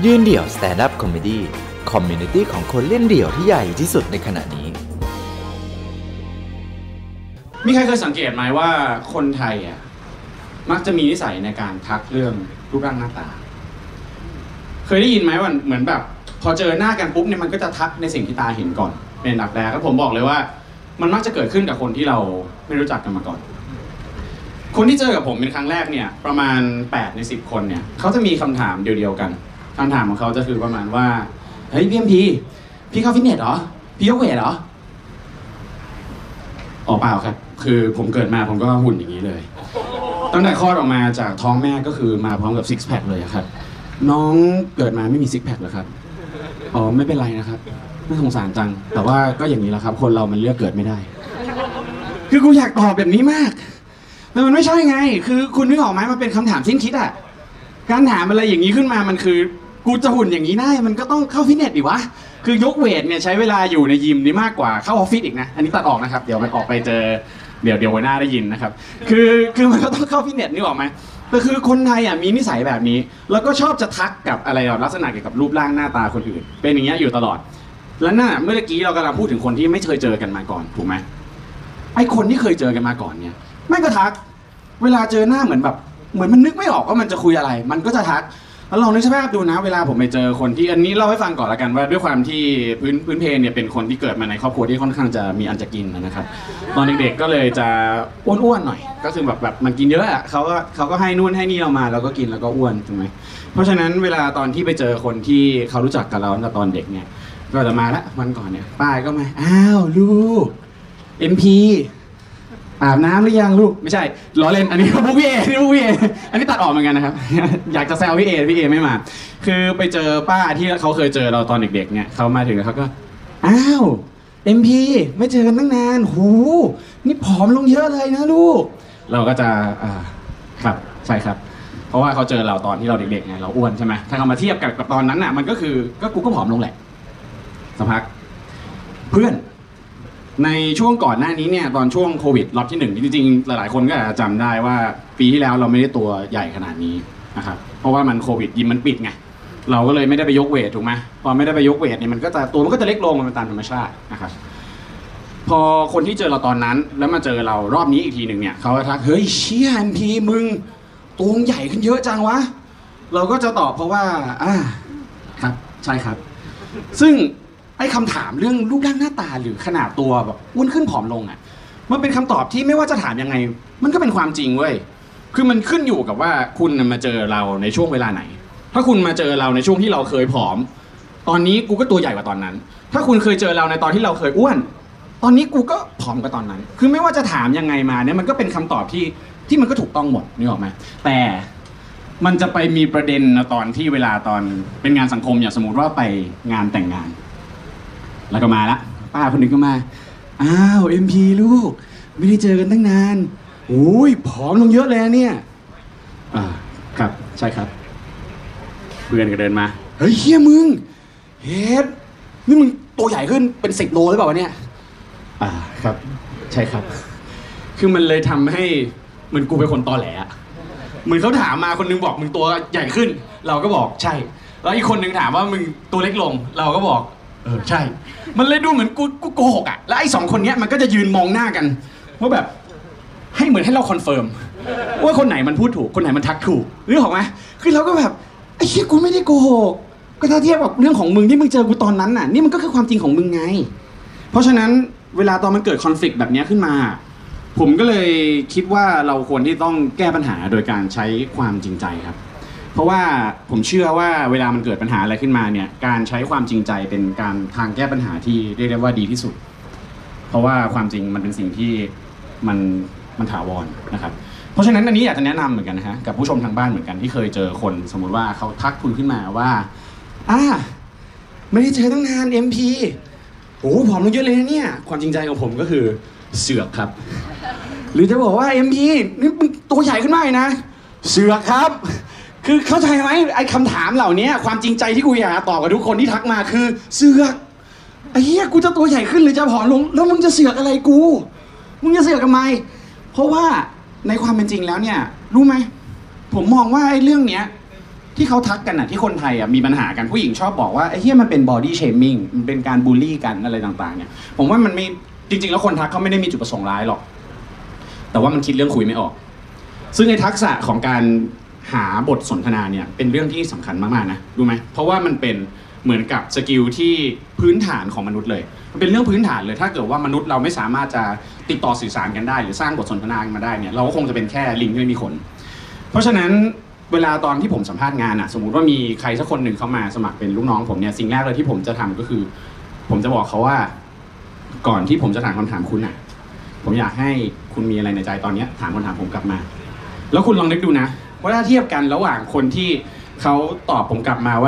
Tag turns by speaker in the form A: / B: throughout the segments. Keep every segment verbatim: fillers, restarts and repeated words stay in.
A: ยืนเดี่ยวสแตนด์อัพคอมเมดี้คอมมูนิตี้ของคนเล่นเดี่ยวที่ใหญ่ที่สุดในขณะนี้
B: มีใครเคยสังเกตไหมว่าคนไทยอ่ะมักจะมีนิสัยในการทักเรื่องรูปร่างหน้าตาเคยได้ยินไหมว่าเหมือนแบบพอเจอหน้ากันปุ๊บเนี่ยมันก็จะทักในสิ่งที่ตาเห็นก่อนเป็นอันดับแรกแล้วผมบอกเลยว่ามันมักจะเกิดขึ้นกับคนที่เราไม่รู้จักกันมาก่อนคนที่เจอกับผมเป็นครั้งแรกเนี่ยประมาณแปดในสิบคนเนี่ยเขาจะมีคำถามเดียวๆกันคำถามของเขาจะคือประมาณว่าเฮ้ยพี่เอ็มพีพี่เข้าฟิตเนสเหรอพี่ยกเวทเหรออ๋อเปล่าครับคือผมเกิดมาผมก็หุ่นอย่างนี้เลยตั้งแต่คลอดออกมาจากท้องแม่ก็คือมาพร้อมกับซิกแพคเลยครับน้องเกิดมาไม่มีซิกแพคเหรอครับอ๋อไม่เป็นไรนะครับน่าสงสารจังแต่ว่าก็อย่างนี้แหละครับคนเรามันเลือกเกิดไม่ได้คือกูอยากตอบแบบนี้มากแต่มันไม่ใช่ไงคือคุณนึกออกไหมมันเป็นคำถามสิ้นคิดอ่ะการถามอะไรอย่างนี้ขึ้นมามันคือกูจะหุ่นอย่างนี้ได้มันก็ต้องเข้าฟิตเนสดิวะคือยกเวทเนี่ยใช้เวลาอยู่ในยิมนี่มากกว่าเข้าออฟฟิศอีกนะอันนี้ตัดออกนะครับเดี๋ยวมันออกไปเจอเดี๋ยวเดี๋ยวหัวหน้าได้ยินนะครับคือคือมันก็ต้องเข้าฟิตเนสนี่ออกไหมแต่คือคนไทยอ่ะมีนิสัยแบบนี้แล้วก็ชอบจะทักกับอะไรลักษณะเกี่ยวกับรูปร่างหน้าตาคนอื่นเป็นอย่างเงี้ยอยู่ตลอดแล้วน่ะเมื่อกี้เรากำลังพูดถึงคนที่ไม่เคยเจอกันมาก่อนถูกไหมไอ้คนที่เคยเจอกันมาก่อนเนี่ยไม่ก็ทักเวลาเจอหน้าเหมือนแบบเหมือนมันนึกไม่ออกว่ามันจะคุยอะไรมันก็จะทักแล้วลองนึกสภาพดูนะเวลาผมไปเจอคนที่อันนี้เล่าให้ฟังก่อนละกันว่าด้วยความที่พื้นพื้นเพเนี่ยเป็นคนที่เกิดมาในครอบครัวที่ค่อนข้างจะมีอันจะกินนะครับตอนเด็กๆก็เลยจะอ้วนๆหน่อยก็คือแบบแบบมันกินเยอะอ่ะเขาก็เขาก็ให้นู่นให้นี่เรามาเราก็กินแล้วก็อ้วนถูกไหมเพราะฉะนั้นเวลาตอนที่ไปเจอคนที่เขารู้จักกับเราตั้งแต่ตอนเด็กเนี่ยก็จะมาละวันก่อนเนี่ยป้าก็มาอ้าวลูก เอ็ม พี อาบน้ำหรือยังลูกไม่ใช่ล้อเล่นอันนี้พวกพี่เอนี่พวกพี่เออันนี้ตัดออกเหมือนกันนะครับอยากจะแซวพี่เอพี่เอไม่มาคือไปเจอป้าที่เขาเคยเจอเราตอนเด็กๆเนี่ยเขามาถึงเขาก็อ้าว เอ็ม พี ไม่เจอกันตั้งนานหูนี่ผอมลงเยอะเลยนะลูกเราก็จะอ่าครับใช่ครับเพราะว่าเขาเจอเราตอนที่เราเด็กๆไงเราอ้วนใช่ไหมถ้าเขามาเทียบกับตอนนั้นน่ะมันก็คือก็กูก็ผอมลงแหละสักพักเพื่อนในช่วงก่อนหน้านี้เนี่ยตอนช่วงโควิดรอบที่หนึ่งจริงๆหลายๆคนก็อาจจะจำได้ว่าปีที่แล้วเราไม่ได้ตัวใหญ่ขนาดนี้นะครับเพราะว่ามันโควิดยิมมันปิดไงเราก็เลยไม่ได้ไปยกเวทถูกไหมพอไม่ได้ไปยกเวทเนี่ยมันก็จะตัวมันก็จะเล็กลงมันตามธรรมชาตินะครับพอคนที่เจอเราตอนนั้นแล้วมาเจอเรารอบนี้อีกทีหนึ่งเนี่ยเขาก็ทักเฮ้ยเชี่ยเอ็มพีมึงตัวใหญ่ขึ้นเยอะจังวะเราก็จะตอบเพราะว่าอ่าครับใช่ครับซึ่งไอ้คำถามเรื่องรูปร่างหน้าตาหรือขนาดตัวแบบอ้วนขึ้นผอมลงอ่ะมันเป็นคำตอบที่ไม่ว่าจะถามยังไงมันก็เป็นความจริงเว้ยคือมันขึ้นอยู่กับว่าคุณมาเจอเราในช่วงเวลาไหนถ้าคุณมาเจอเราในช่วงที่เราเคยผอมตอนนี้กูก็ตัวใหญ่กว่าตอนนั้นถ้าคุณเคยเจอเราในตอนที่เราเคยอ้วนตอนนี้กูก็ผอมกว่าตอนนั้นคือไม่ว่าจะถามยังไงมาเนี่ยมันก็เป็นคำตอบที่ที่มันก็ถูกต้องหมดนึกออกไหมแต่มันจะไปมีประเด็นนะตอนที่เวลาตอนเป็นงานสังคมอย่างสมมติว่าไปงานแต่งงานแล้วก็มาละป้าคนหนึ่งก็มาอ้าว เอ็ม พี ลูกไม่ได้เจอกันตั้งนานโอ้ยผอมลงเยอะเลยเนี่ยอ่าครับใช่ครับเพื่อนก็เดินมาเฮ้ยเฮียมึงเฮ็ดนี่มึงตัวใหญ่ขึ้นเป็นสิบโลหรือเปล่าวะเนี่ยอ่าครับใช่ครับคือมันเลยทำให้เหมือนกูเป็นคนตอแหลเหมือนเขาถามมาคนนึงบอกมึงตัวใหญ่ขึ้นเราก็บอกใช่แล้วอีกคนนึงถามว่ามึงตัวเล็กลงเราก็บอกเออใช่มันเลยดูเหมือนกูกูโกหกอ่ะแล้วไอ้สองคนเนี้ยมันก็จะยืนมองหน้ากันว่าแบบให้เหมือนให้เราคอนเฟิร์มว่าคนไหนมันพูดถูกคนไหนมันทักถูกนึกออกไหมคือเราก็แบบไอ้เหี้ยกูไม่ได้โกหกก็ถ้าเทียบกับเรื่องของมึงที่มึงเจอกูตอนนั้นน่ะนี่มันก็คือความจริงของมึงไงเพราะฉะนั้นเวลาตอนมันเกิดคอนฟลิกต์แบบนี้ขึ้นมาผมก็เลยคิดว่าเราควรที่ต้องแก้ปัญหาโดยการใช้ความจริงใจครับเพราะว่าผมเชื่อว่าเวลามันเกิดปัญหาอะไรขึ้นมาเนี่ยการใช้ความจริงใจเป็นการทางแก้ปัญหาที่เรียกได้ว่าดีที่สุดเพราะว่าความจริงมันเป็นสิ่งที่มันมันถาวรนะครับเพราะฉะนั้นอันนี้อยากจะแนะนำเหมือนกันนะฮะกับผู้ชมทางบ้านเหมือนกันที่เคยเจอคนสมมุติว่าเขาทักคุณขึ้นมาว่าอ่าไม่ได้เจอตั้งนาน เอ็ม พี โอ้ผอมลงเยอะเลยนะเนี่ยความจริงใจของผมก็คือเสือกครับหรือจะบอกว่า เอ็ม พี นี่มึงตัวใหญ่ขึ้นมากเลยนะเสือกครับคือเข้าใจไหมไอ้คำถามเหล่านี้ความจริงใจที่กูอยากตอบกับทุกคนที่ทักมาคือเสือกไอ้เหี้ยกูจะตัวใหญ่ขึ้นหรือจะผอมลงแล้วมึงจะเสือกอะไรกูมึงจะเสือกทำไมเพราะว่าในความเป็นจริงแล้วเนี่ยรู้ไหมผมมองว่าไอ้เรื่องเนี้ยที่เขาทักกันอ่ะที่คนไทยอ่ะมีปัญหากันผู้หญิงชอบบอกว่าไอ้เหี้ยมันเป็น body shaming มันเป็นการบูลลี่กันอะไรต่างๆเนี่ยผมว่ามันไม่จริงๆแล้วคนทักเขาไม่ได้มีจุดประสงค์ร้ายหรอกแต่ว่ามันคิดเรื่องคุยไม่ออกซึ่งในทักษะของการหาบทสนทนาเนี่ยเป็นเรื่องที่สำคัญมากๆนะรู้ไหมเพราะว่ามันเป็นเหมือนกับสกิลที่พื้นฐานของมนุษย์เลยมันเป็นเรื่องพื้นฐานเลยถ้าเกิดว่ามนุษย์เราไม่สามารถจะติดต่อสื่อสารกันได้หรือสร้างบทสนทนามาได้เนี่ยเราก็คงจะเป็นแค่ลิงที่ไม่มีขนเพราะฉะนั้นเวลาตอนที่ผมสัมภาษณ์งานอะสมมุติว่ามีใครสักคนหนึ่งเข้ามาสมัครเป็นลูกน้องผมเนี่ยสิ่งแรกเลยที่ผมจะทำก็คือผมจะบอกเขาว่าก่อนที่ผมจะถามคำถามคุณอะผมอยากให้คุณมีอะไรในใจตอนนี้ถามคำถามผมกลับมาแล้วคุณลองนึกดูนะว่าถ้าเทียบกันระหว่างคนที่เขาตอบผมกลับมาว่า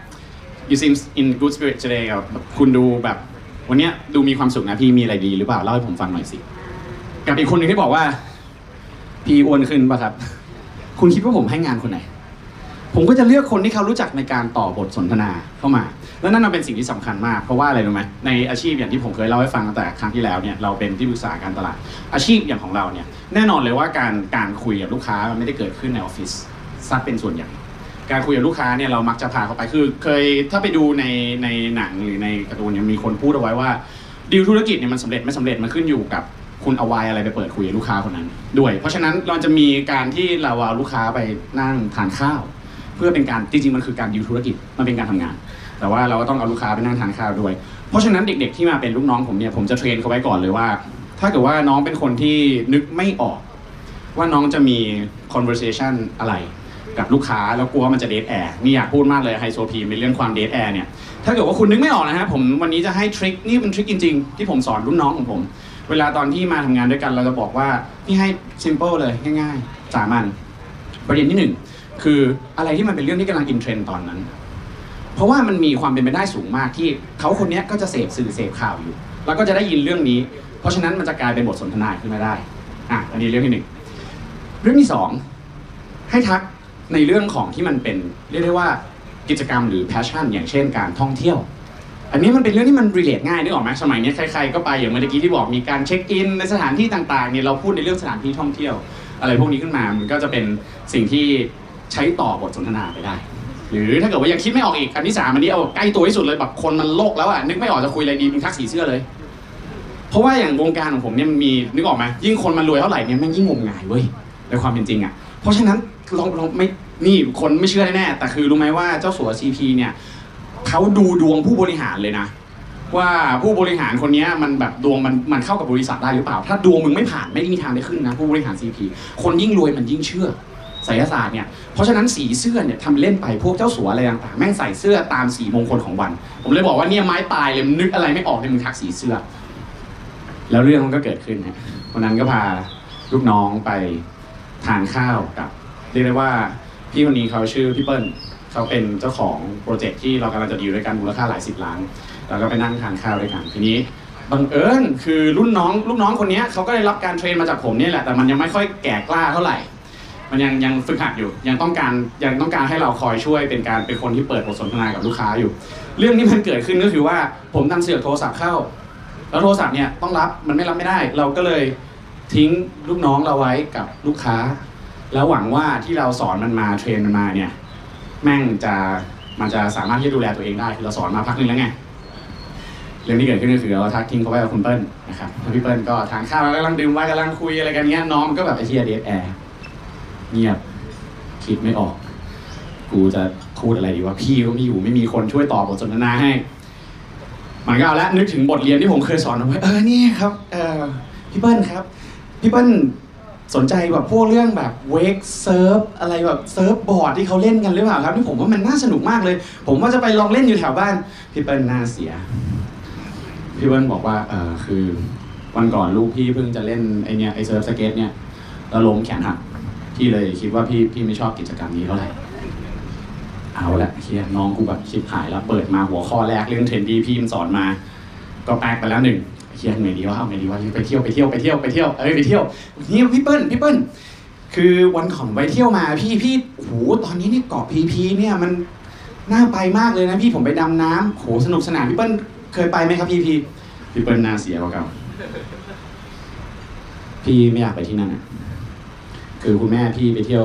B: you seem in good spirit today กับคุณดูแบบวันนี้ดูมีความสุขนะพี่มีอะไรดีหรือเปล่าเล่าให้ผมฟังหน่อยสิกับอีกคนหนึ่งที่บอกว่าพี่อ้วนขึ้นป่ะครับคุณคิดว่าผมให้งานคนไหนผมก็จะเลือกคนที่เขารู้จักในการต่อบทสนทนาเข้ามาแล้วนั่นเป็นสิ่งที่สำคัญมากเพราะว่าอะไรรู้ไหมในอาชีพอย่างที่ผมเคยเล่าให้ฟังตั้งแต่ครั้งที่แล้วเนี่ยเราเป็นที่ปรึกษาการตลาดอาชีพอย่างของเราเนี่ยแน่นอนเลยว่าการการคุยกับลูกค้ามันไม่ได้เกิดขึ้นในออฟฟิศซัดเป็นส่วนใหญ่การคุยกับลูกค้าเนี่ยเรามักจะพาเขาไปคือเคยถ้าไปดูในในหนังหรือในการ์ตูนเนี่ยมีคนพูดเอาไว้ว่าดีลธุรกิจเนี่ยมันสำเร็จไม่สำเร็จมันขึ้นอยู่กับคุณเอาไวน์อะไรไปเปิดคุยกับลูกค้าคนนั้นด้วยเพราะฉะนั้นเราจะมีการที่เราเอาลูกค้าไปนั่งทานข้าวเพื่อเป็นการจริงๆมันคือการดีลธุรกิจมันเป็นการทำงานแต่ว่าเราก็ต้องเอาลูกค้าไปนั่งทานข้าวด้วยเพราะฉะนั้นเด็กๆที่มาเป็นลูกน้องผมเนี่ยผมจะเทรนเขาไว้ก่อนเลยว่าถ้าเกิดว่าน้องเป็นคนที่นึกไม่ออกว่าน้องจะมี conversation อะไรกับลูกค้าแล้วกลัวมันจะเดทแอร์นี่อยากพูดมากเลยไฮโซพีในเรื่องความเดทแอร์เนี่ยถ้าเกิดว่าคุณนึกไม่ออกนะฮะผมวันนี้จะให้ทริคนี่เป็นทริคจริงๆที่ผมสอนรุ่นน้องของผมเวลาตอนที่มาทำงานด้วยกันเราจะบอกว่าพี่ให้ simple เลยง่ายๆสามัญประเด็นที่หนึ่งคืออะไรที่มันเป็นเรื่องที่กำลังอินเทรนด์ตอนนั้นเพราะว่ามันมีความเป็นไปได้สูงมากที่เขาคนนี้ก็จะเสพสื่อเสพข่าวอยู่แล้วก็จะได้ยินเรื่องนี้เพราะฉะนั้นมันจะกลายเป็นบทสนทนาขึ้นมาได้อ่ะอันนี้เรื่องที่หนึ่งเรื่องที่สองให้ทักในเรื่องของที่มันเป็นเรียกได้ว่ากิจกรรมหรือ passion อย่างเช่นการท่องเที่ยวอันนี้มันเป็นเรื่องที่มัน relate ง่ายนึกออกไหมสมัยนี้ใครๆก็ไปอย่างเมื่อกี้ที่บอกมีการเช็คอินในสถานที่ต่างๆเนี่ยเราพูดในเรื่องสถานที่ท่องเที่ยวอะไรพวกนี้ขึ้นมามันก็จะเป็นสิ่งที่ใช้ต่อบทสนทนาไปได้หรือถ้าเกิดว่ายังคิดไม่ออกอีกอันที่สามอันนี้เอาใกล้ตัวที่สุดเลยแบบคนมันโลกแล้วอ่ะนึกไม่ออกจะคุยอะไรดีมึงทักสีเสื้อเลยเพราะว่าอย่างวงการของผมเนี่ยมันมีนึกออกไหมยิ่งคนมันรวยเท่าไหร่เนี่ยแม่งยิ่งงมงายเว้ยในความเป็นจริงอ่ะเพราะฉะนั้นลองลองไม่นี่คนไม่เชื่อแน่ๆแต่คือรู้ไหมว่าเจ้าสัว ซี พี เนี่ยเขาดูดวงผู้บริหารเลยนะว่าผู้บริหารคนนี้มันแบบดวงมันมันเข้ากับบริษัทได้หรือเปล่าถ้าดวงมึงไม่ผ่านไม่มีทางได้ขึ้นนะผู้บริหาร ซี พี คนยิ่งรวยมันยิ่งเชื่อไสยศาสตร์เนี่ยเพราะฉะนั้นสีเสื้อเนี่ยทำเล่นไปพวกเจ้าสัวอะไรต่างๆแม่งใส่เสื้อตามสีมงคลของวันผมเลยบอกว่าเนี่ยไม้ตายเลยนึกอะไรไม่ออกเลยมึงทักสีเสื้อแล้วเรื่องมันก็เกิดขึ้นนะวันนั้นก็พาลูกน้องไปทานข้าวกับเรียกได้ว่าพี่คนนี้เขาชื่อพี่เปิ้ลเขาเป็นเจ้าของโปรเจกต์ที่เรากำลังจะดีลด้วยกันมูลค่าหลายสิบล้านแล้วก็ไปนั่งทานข้าวด้วยกันทีนี้บังเอิญคือรุ่นน้องลูกน้องคนนี้เขาก็ได้รับการเทรนมาจากผมนี่แหละแต่มันยังไม่ค่อยแก่กล้าเท่าไหร่มันยังยังฝึกหัดอยู่ยังต้องการยังต้องการให้เราคอยช่วยเป็นการเป็นคนที่เปิดบทสนทนากับลูกค้าอยู่เรื่องนี้มันเกิดขึ้นก็คือว่าผมดันเสือกโทรศัพท์เข้าแล้วโทรศัพท์เนี่ยต้องรับมันไม่รับไม่ได้เราก็เลยทิ้งลูกน้องเราไว้กับลูกค้าแล้วหวังว่าที่เราสอนมันมาเทรนมันมาเนี่ยแม่งจะมันจะสามารถที่จะดูแลตัวเองได้คือเราสอนมาพักนึงแล้วไงเรื่องที่เกิดขึ้นก็คือเราทักทิ้งเขาไว้กับคุณเปิ้ลนะครับแล้วพี่เปิ้ลก็ทานข้าวแล้วกำลังดื่มไวน์กำลังคุยอะไรกันเงี้ยน้องก็แบบไอ้เหี้ยเดทแอร์เงียบคิดไม่ออกกูจะพูดอะไรดีว่าพี่ก็ไม่อยู่ไม่มีคนช่วยตอบบทสนทนาให้มันก็เอาละนึกถึงบทเรียนที่ผมเคยสอนเอาไว้เออนี่ครับเออพี่เปิ้ลครับพี่เปิ้ลสนใจแบบพวกเรื่องแบบเวกเซิร์ฟอะไรแบบเซิร์ฟบอร์ดที่เขาเล่นกันหรือเปล่าครับที่ผมว่ามันน่าสนุกมากเลยผมว่าจะไปลองเล่นอยู่แถวบ้านพี่เปิ้ลน่าเสียพี่เปิ้ลบอกว่าเออคือวันก่อนลูกพี่เพิ่งจะเล่นไอเนี้ยไอเซิร์ฟสเก็ตเนี่ยแล้วล้มแขนหักพี่เลยคิดว่าพี่พี่ไม่ชอบกิจกรรมนี้เท่าไหร่เอาละเฮียน้องกูแบบชิบหายแล้วเปิดมาหัวข้อแรกเรื่องเทรนดี้พี่มันสอนมาก็แปลกไปแล้วหนึ่งเฮียไงดีวะเอาไงดีวะไปเที่ยวไปเที่ยวไปเที่ยวไปเที่ยวเอ้ยไปเที่ยวนี่พี่เปิ้ลพี่เปิ้ลคือวันก่อนไปเที่ยวมาพี่พี่โหตอนนี้นี่เกาะพีพีเนี่ยมันน่าไปมากเลยนะพี่ผมไปดำน้ำโหสนุกสนานพี่เปิ้ลเคยไปไหมครับพีพีพี่เปิ้ลน่าเสียกว่าเก่าพี่ไม่อยากไปที่นั่นอ่ะคือคุณแม่พี่ไปเที่ยว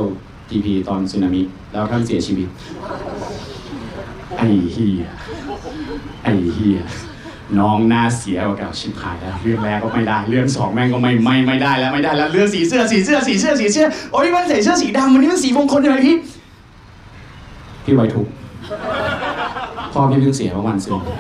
B: พีพีตอนสึนามิแล้วท่านเสียชีวิตไอ้เฮียไอ้เฮียน้องหน้าเสียกว่าเก่าชิบหายแล้วเรื่องแรกก็ไม่ได้เรื่องสองแม่งก็ไม่ไม่ไม่ได้แล้วไม่ได้แล้วเรื่องสีเสื้อสีเสื้อสีเสื้อสีเสื้อโอ้ยมันใส่เสื้อสีดำวันนี้มันสีมงคลใช่ไหมพี่พี่ไว้ทุกพ่อพี่เพิ่งเสียเมื่อวันซืน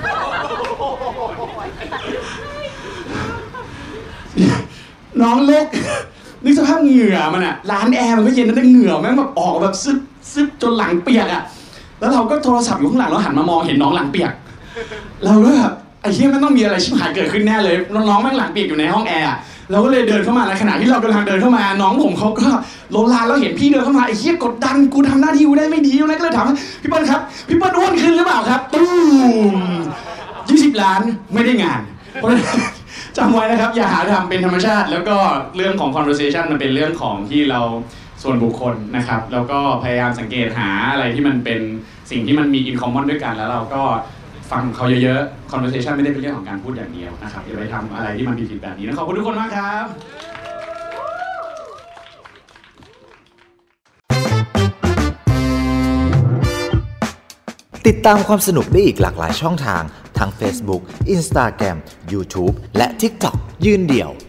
B: น้องเล็กนึกสภาพเหงื่อมันอะร้านแอร์มันก็เย็นแต่เหงื่อแม่งแบบออกแบบซึบซึบจนหลังเปียกอะแล้วเราก็โทรศัพท์อยู่ข้างหลังแล้วหันมามองเห็นน้องหลังเปียกเราก็แบบไอ้เหี้ยมันต้องมีอะไรชิบหายเกิดขึ้นแน่เลยน้องๆแม่งหลังเปียกอยู่ในห้องแอร์เราก็เลยเดินเข้ามาในขณะที่เรากำลังเดินเข้ามาน้องผมเขาก็ลงลานแล้วเห็นพี่เดินเข้ามาไอ้เหี้ยกดดันกูทำหน้าที่กูได้ไม่ดีนะก็เลยถามพี่เปิ้ลครับพี่เปิ้ลอ้วนขึ้นหรือเปล่าครับตุ้มยี่สิบล้านไม่ได้งานเพราะจำไว้นะครับอย่าหาทำเป็นธรรมชาติแล้วก็เรื่องของ conversation มันเป็นเรื่องของที่เราส่วนบุคคลนะครับแล้วก็พยายามสังเกตหาอะไรที่มันเป็นสิ่งที่มันมี in common ด้วยกันแล้วเราก็ฟังเขาเยอะๆ conversation ไม่ได้เป็นเรื่องของการพูดอย่างเดียวนะครับอย่าไปทำอะไรที่มันผิดๆแบบนี้นะขอบคุณทุกคนมากครับ
A: ติดตามความสนุกได้อีกหลากหลายช่องทางทั้ง Facebook Instagram YouTube และ TikTok ยืนเดี่ยว